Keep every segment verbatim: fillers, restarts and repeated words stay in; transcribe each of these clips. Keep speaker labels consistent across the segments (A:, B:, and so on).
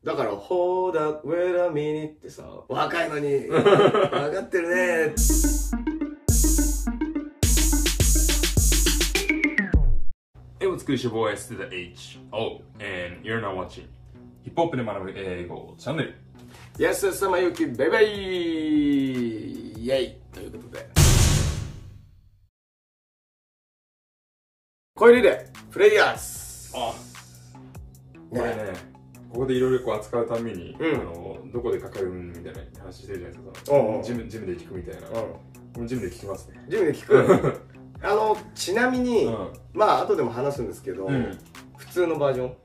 A: だから、Hold up, wait a minute ってさ、若いのに、分かってるね。
B: Hey, what's good? It's your boy S to the H O, and you're now watching ヒップホップで学ぶ英語チャンネル。
A: Yes, yes, さまゆき、バイバイイェイということで。小入りで、プレイヤーズ。
B: あ、これね、ここでいろいろこう扱うために、うん、あのどこでかかるみたいな話してるじゃないですか。おうおうジムジムで聞くみたいな。うん、ジムで聞きますね。
A: ジムで聞く。あのちなみに、うん、まあ後でも話すんですけど、うん、普通のバージョン、うん、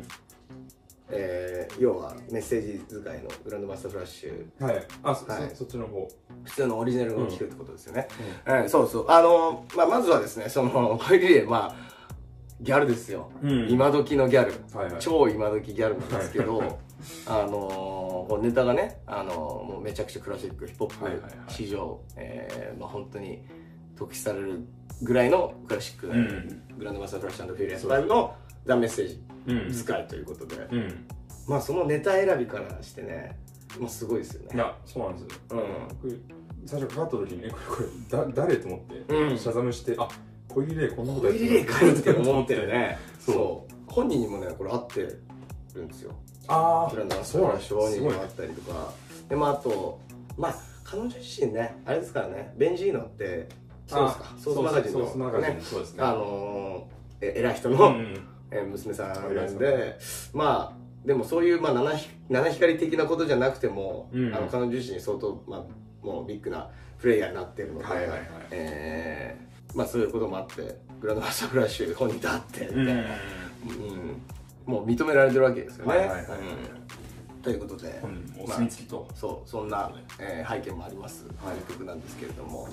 A: えー、要はメッセージ使いのグランドマスターフラッシュ、はい、あ、はい、そ, そっちの方、普通のオリジナルを聞くってことですよね。うんうん、そうそう、あの、まあ、まずはですね、そのホイリレー、まあギャルですよ、うん、今時のギャル、はいはい、超今時ギャルなんですけど、はい、あのー、ネタがね、あのー、もうめちゃくちゃクラシックヒップホップ史上、えー、まあ本当に特筆されるぐらいのクラシック、うん、グランドマスターフラッシュ&フューリアスファイブのザ・メッセージ使いということで、うんうん、まあそのネタ選びからしてね、もうすごいですよね。
B: いや、そうなんですよ、うん、これ最初かかった時にね、これこれだ誰と思って、うん、シャザムして、あ、小入りレイこんなことやってる、
A: 小入りレイかいって思ってるね。そう本人にもねこれ合ってるんですよ。ああ、グランドマスターフラッシュにもあったりとかで、まああとまあ彼女自身ね、あれですからね、ベンジーノってそうですか、ソースマガジンのね、あの偉い人の娘さんなんで、まあでもそういうまあ七光的なことじゃなくても、あの彼女自身相当まあもうビッグなプレイヤーになってるので、えー、まあそういうこともあってグランドマスターフラッシュ本人だってみたいな、もう認められてるわけですよね。ということで、
B: お墨付きと、
A: そうそんな背景もあります曲なんですけれども。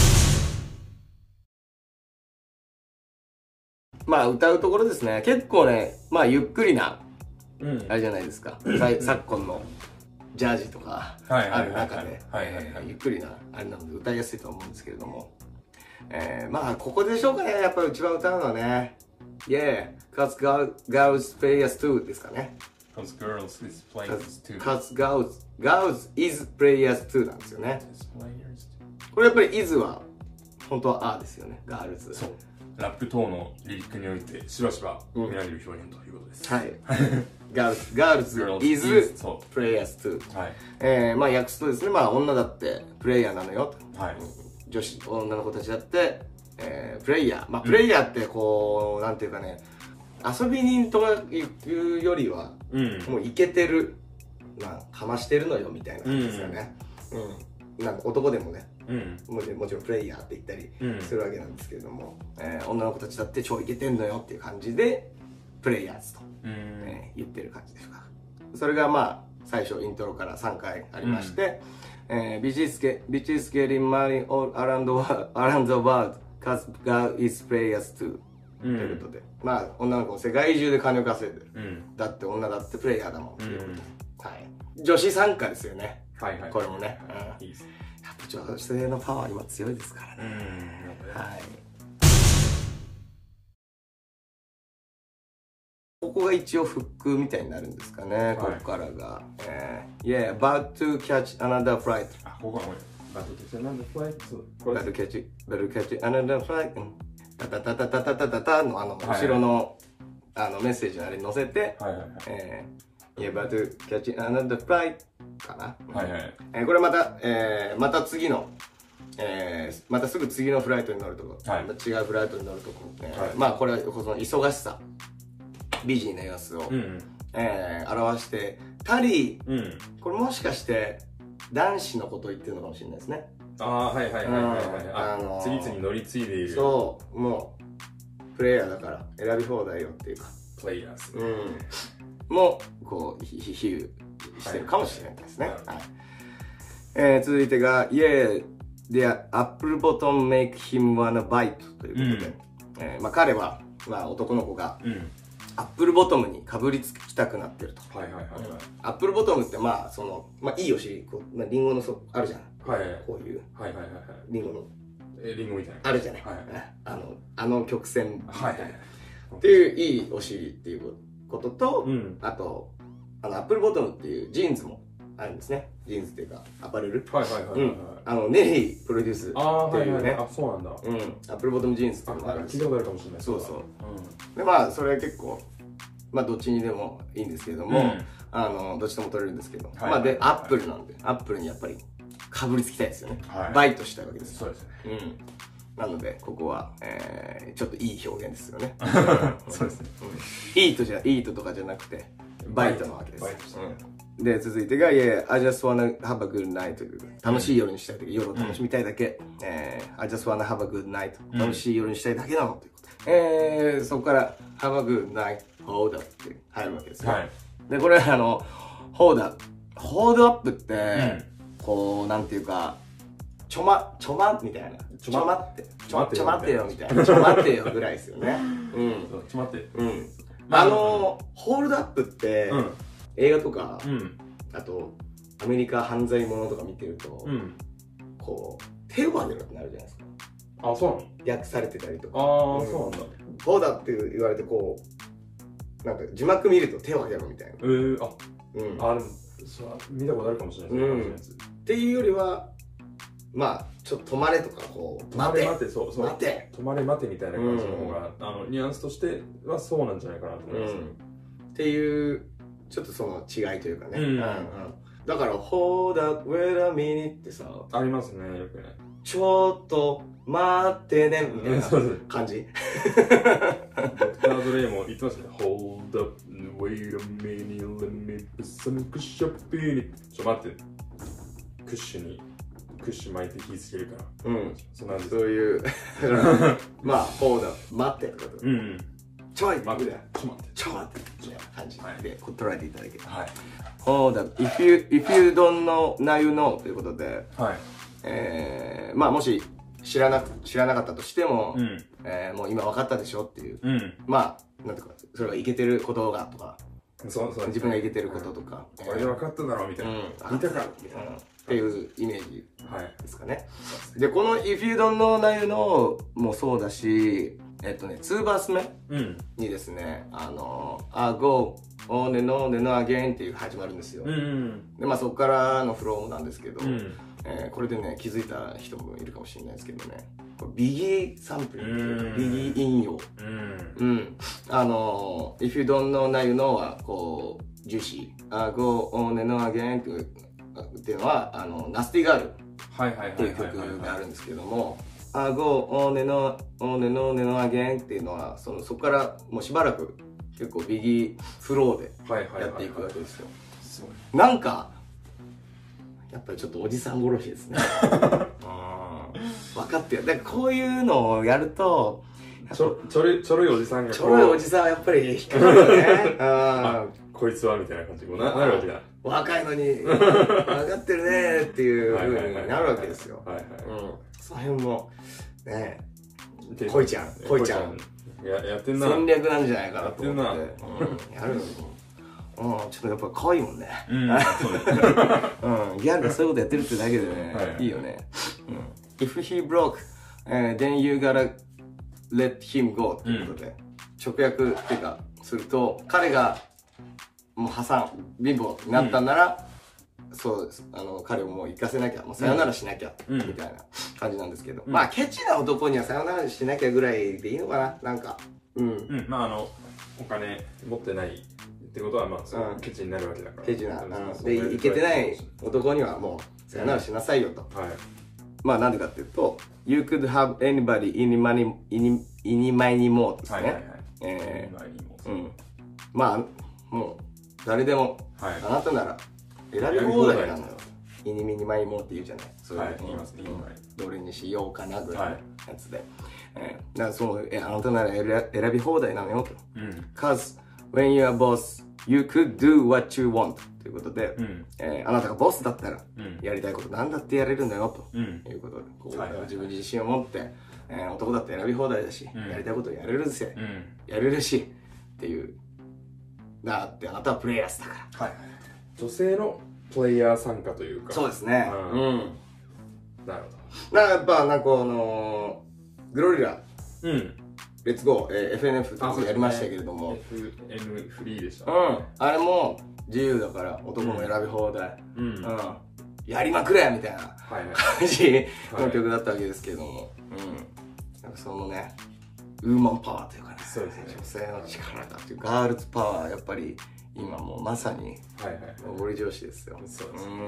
A: まあ歌うところですね、結構ね、まあゆっくりな、うん、あれじゃないですか、昨今のジャージとかある中でゆっくりなあれなので歌いやすいと思うんですけれども、えー、まあここでしょうかね、やっぱり一番歌うのはね、Yeah, cause girls play us too ですかね。
B: Cause girls is playing us too.
A: Cause girls, girls is play us too なんですよね。これやっぱり is は本当は are ですよね、ガールズ。
B: そう。ラップ等のリリックにおいてしばしば見られる表現ということです。
A: はい。ガールズ、ガールズ is play us too。はい。えー、まあ訳すとですね、まあ女だってプレイヤーなのよと。はい。女子、女の子たちだって、えー、プレイヤー。まあプレイヤーってこう、なんていうかね、遊び人というよりは、うん、もうイケてる、まあかましてるのよみたいな感じですよね。うん、うん、なんか男でもね、うん、もちろんプレイヤーって言ったりするわけなんですけれども、うん、えー、女の子たちだって超イケてんのよっていう感じでプレイヤーズと、うん、えー、言ってる感じですか。それがまあ最初イントロからさんかいありまして、うん、えー、Bitches getting money all around the world cause God is players too、うん、ということで、まあ女の子世界中で金を稼いでる、うん、だって女だってプレイヤーだもん、うん、はい、女子参加ですよね。はいはい、これもね、うん、いいですね。やっぱ女性のパワー今強いですからね。はい。ここが一応フックみたいになるんですかね。はい、ここからが、えー、Yeah, about to catch another flight。
B: あ、ここはこれ。About to catch another flight。
A: About to catch, about to catch another flight。タタタタタタタタタのあの後ろのあのメッセージのあれに載せて、えー、Yeah, about to catch another flight。かな。はいはい。えー、これまた、えー、また次の、えー、またすぐ次のフライトに乗るとこ、はい、また違うフライトに乗るとこ、えーはい、まあこれはその忙しさ、ビジーな様子を、うん、えー、表してたり、うん、これもしかして男子のことを言ってるのかもしれないですね。
B: ああ、はいはいはいはいはい。あのー、次々乗り継いでいる。
A: そう、もうプレイヤーだから選び放題よっていうか。
B: プレイヤーズ。
A: うん。もこう比喩してるかもしれないですね。はい。えー、続いてが Yeah, the apple bottom make him wanna bite ということで、うん、えー、まあ彼はまあ男の子が、うん、アップルボトムにかぶりつきたくなってると。はいはいはいはい。アップルボトムってまあそのまあいいお尻、こうまあリンゴのそあるじゃん。はいはい。こういう。はいはいはいはい。リンゴの。
B: えリンゴみたいな。
A: あるじゃない。はい。あのあの曲線みたいな。っていういいお尻っていうことと、うん、あとあのアップルボトムっていうジーンズもあるんですね。ジーンズっていうかアパレル。
B: はいはいはいはい。
A: あのネリープロデュースっていうね。
B: あ、そうなんだ。
A: うん。アップルボトムジーンズっていうのがあるんですよ。
B: 聞いたことあるかもしれない。
A: そうそう。でまあそれ結構まあどっちにでもいいんですけれども、あのどっちとも取れるんですけど、まあでアップルなんでアップルにやっぱりかぶりつきたいですよね。バイトしたいわけです。
B: そうですね。
A: うん。なので、ここは、えー、ちょっといい表現ですよね。
B: そうですね。
A: イートじゃ、イートとかじゃなくて、バイトなわけです。バイトしてね。で、続いてが、Yeah, I just wanna have a good night という、楽しい夜にしたいとき、夜を楽しみたいだけ。えー、I just wanna have a good night 楽しい夜にしたいだけなのということ。えー、そこから、have a good night, hold up って入るわけですね。はい。で、これあの、hold up。hold up って、こう、なんていうか、ちょま、ちょまみたいな。ちょまって。ちょ、ちょ待ってよみたいな。ちょ待ってよぐらいですよね。うん。
B: ちょ待って。
A: うん。あの、ホールドアップって、映画とか、あと、アメリカ犯罪ものとか見てると、こう、手を挙げろってなるじゃないですか。
B: あ、そうなの？
A: 訳されてたりとか。
B: ああ、そうなんだ。
A: こうだって言われて、こう、なんか字幕見ると手を挙げろみたいな。
B: ええ、あ、うん。あ、でも、見たことあるかもしれないです。
A: っていうよりは、まあ、ちょっと止まれとか、こう、
B: 待て、待て、そう、そう。
A: 待て。
B: 止まれ、待てみたいな感じの方が、あの、ニュアンスとしてはそうなんじゃないかなと思います。
A: っていう、ちょっとその違いというかね。うんうん。だから、hold up, wait a minute ってさ、
B: ありますね、よくね。
A: ちょっと待ってね、みたいな感じ。
B: ドクター・ドレイも言ってましたね。hold up, wait a minute, let me put some cushion in it. ちょ、待って。クッシュに。クッシュ巻いて火つけるから。うん。
A: そういう、まあ、hold up、待ってってこと。うん。ちょい待って。ちょ待って。ちょ待って。みたいな感じで、捉えていただける。はい。hold up, if you, if you don't know, now you know ということで、はい。えー、まあ、もし知らなく、知らなかったとしても、うん、えー、もう今分かったでしょっていう。うん。まあ、なんとか、それがいけてることがとか、そうそう。自分がいけてることとか。
B: これで分かっただろうみたいな。うん。
A: 見たかみたいな。っていうイメージですかね。はい、で、この If You Don't Know Now You Know もそうだし、えっとね、にバース目にですね、あの、あ、Go, On and On and Again っていう始まるんですよ。うんうん、で、まあそこからのフローなんですけど、うん、えー、これでね、気づいた人もいるかもしれないですけどね、ビギーサンプリングというか、ビギー引用。うん。うん。あの、If You Don't Know Now You Know は、こう、ジューシー、あ、Go, On and On Again っていう、っていうのはあのナスティガールっていう曲があるんですけども「あ、Go on and on and on and on again」っていうのはそのそこからもうしばらく結構ビギーフローでやっていくわけですよ。なんかやっぱりちょっとおじさん殺しですね。分かってる。だからこういうのをやると
B: ちょちょろいちょろいおじさんが
A: ちょろいおじさんはやっぱり引っかかるよね。
B: こいつはみたいな感じになるわけだ。
A: 若いのに分かってるねっていう風になるわけですよ。その辺もねえ、こいちゃん、こいちゃん
B: やってんな。
A: 戦略なんじゃないかなと思ってやるのに、うん、ちょっとやっぱ可愛いもんね。うん、ギャルがそういうことやってるってだけでね、いいよね。If he broke, then you gotta let him go っていうことで直訳っていうかすると彼がもう破産、貧乏になったんなら、うん、そうです。あの、彼をもう行かせなきゃ、もうさよならしなきゃ、うん、みたいな感じなんですけど。うん、まあ、ケチな男にはさよならしなきゃぐらいでいいのかな、なんか。うん。うん、
B: まあ、あの、お金持ってないってことは、まあ、そう、ケチになるわけだから。
A: ケチな。で、行けてない男にはもう、さよならしなさいよと。はい。まあ、なんでかっていうと、You could have anybody in money, in, in money more ですね。はいはいはい。えー、うん。まあ、もう、誰でも、はい、あなたなら選び放題なのよ。イニミニマイモって言うじゃない。そういう言いますね。どれにしようかなぐらいのやつで。えー、だからそう、え、あなたなら選び放題なのよと。うん、Cause when you are boss, you could do what you want ということで、うん、えー、あなたがボスだったら、うん、やりたいこと何だってやれるんだよと、うん、いうことで、こう、はいはいはい、自分に自信を持って、えー、男だって選び放題だし、うん、やりたいことやれるぜ、うん、やれるしっていう。だってあなたはプレイヤーだから。はい。
B: 女性のプレイヤー参加というか。
A: そうですね。うん。うん、
B: なるほ
A: ど。なんかやっぱなんかあのー、グロリラ。うん。 レッツゴー、えー、エフエヌエフ とかやりましたけれども、
B: エフエヌ フリーでした、
A: ね、うん、あれも自由だから男も選び放題、うん、うん、やりまくれみたいな感じの曲だったわけですけれども、はい、うん、なんかそのね、ウーマンパワーというかね、そうですね、女性の力だっていうガールズパワー、やっぱり今もうまさに上り調子ですよ。そうですね、うん、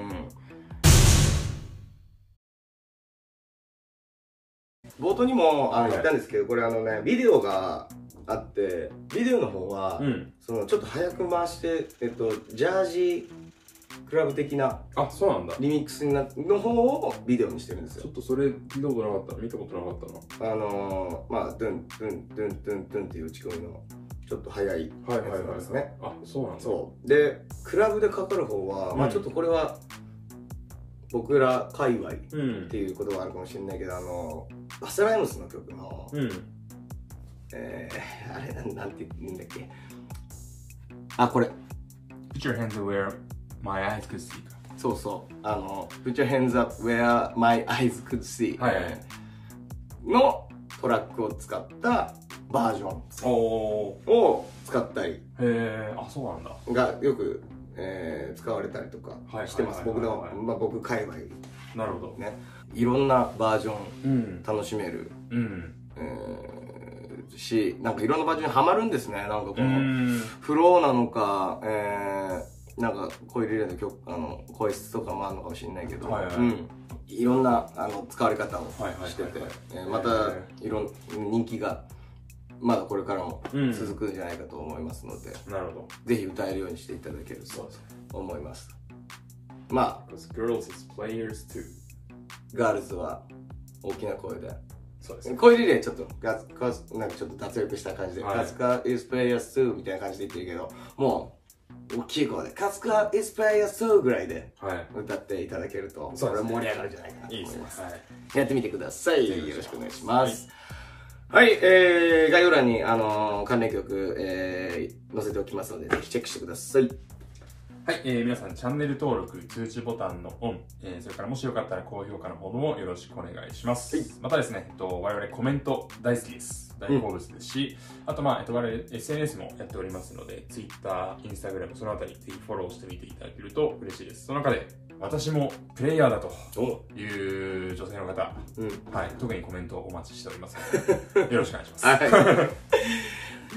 A: 冒頭にもあの言ったんですけど、これあのね、ビデオがあって、ビデオの方は、うん、そのちょっと早く回して、えっと、ジャージクラブ的な
B: あ、そうなんだ、
A: リミックスになの方をビデオにしてるんですよ。
B: ちょっとそれ聞いたことなかった、見たことなかったな。
A: あのー、まあドゥンドゥンドゥンドゥンドゥンっていう打ち込みのちょっと早いやつなんですね。
B: あ、そうなんだ。
A: そうで、クラブでかかる方は、うん、まあちょっとこれは僕ら界隈っていうことはあるかもしれないけど、うん、あのバスライムスの曲の、うん、えー、あれなんなんて言うんだっけ、あ、これ
B: Put your hands where my eyes could see。
A: そうそう、あの Put your hands up where my eyes could see、はいはい、のトラックを使ったバージョンを使ったり、へ
B: え、あ、そうなんだ、
A: がよく、えー、使われたりとかしてます。僕の、まあ、僕界隈、
B: なるほど
A: ね、いろんなバージョン楽しめる、うん、えー、し、なんかいろんなバージョンにハマるんですね。なんかこのフローなのか、えー、なんか声リレーの曲、あの声質とかもあるのかもしれないけど、はいはい、うん、いろんなあの使われ方をしてて、またいろん人気がまだこれからも続くんじゃないかと思いますので、うん、なるほど、ぜひ歌えるようにしていただけると思います。まあ、
B: girls is players too。
A: ガールズは大きな声で、そうですね、声リレーちょっとガスカスなんかちょっと脱力した感じで、はい、カスカ is players too みたいな感じで言ってるけど、もう大きい声でカスカ is players too ぐらいで歌っていただけると、これ盛り上がるんじゃないかなと思います。はい、やってみてください。よろしくお願いします。はい、はい、えー、概要欄に、あのー、関連曲、えー、載せておきますので、ぜひチェックしてください。
B: はい、えー、皆さんチャンネル登録、通知ボタンのオン、えー、それからもしよかったら高評価のほどもよろしくお願いします。はい、またですね、えっと、我々コメント大好きです。大好物ですし、うん、あとまあ、えっと、我々 エスエヌエス もやっておりますので、Twitter、Instagram、そのあたりぜひフォローしてみていただけると嬉しいです。その中で、私もプレイヤーだという女性の方、うん、はい、特にコメントをお待ちしておりますので、よろしくお願いします。はい、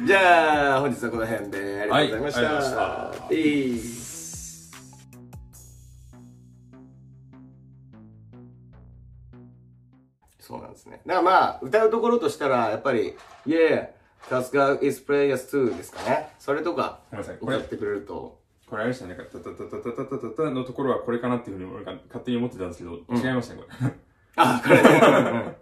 A: じゃあ、本日はこの辺でありがとうございました。はい、ありがとうございました。ピース。そうなんですね。だからまあ、歌うところとしたら、やっぱり、Yeah, Kasuga is players too ですかね。それとか、歌ってくれると。
B: これあれでしたね、タタタタタタタタのところはこれかなっていうふうに俺が勝手に思ってたんですけど、違いましたね、これ。
A: あ、これね。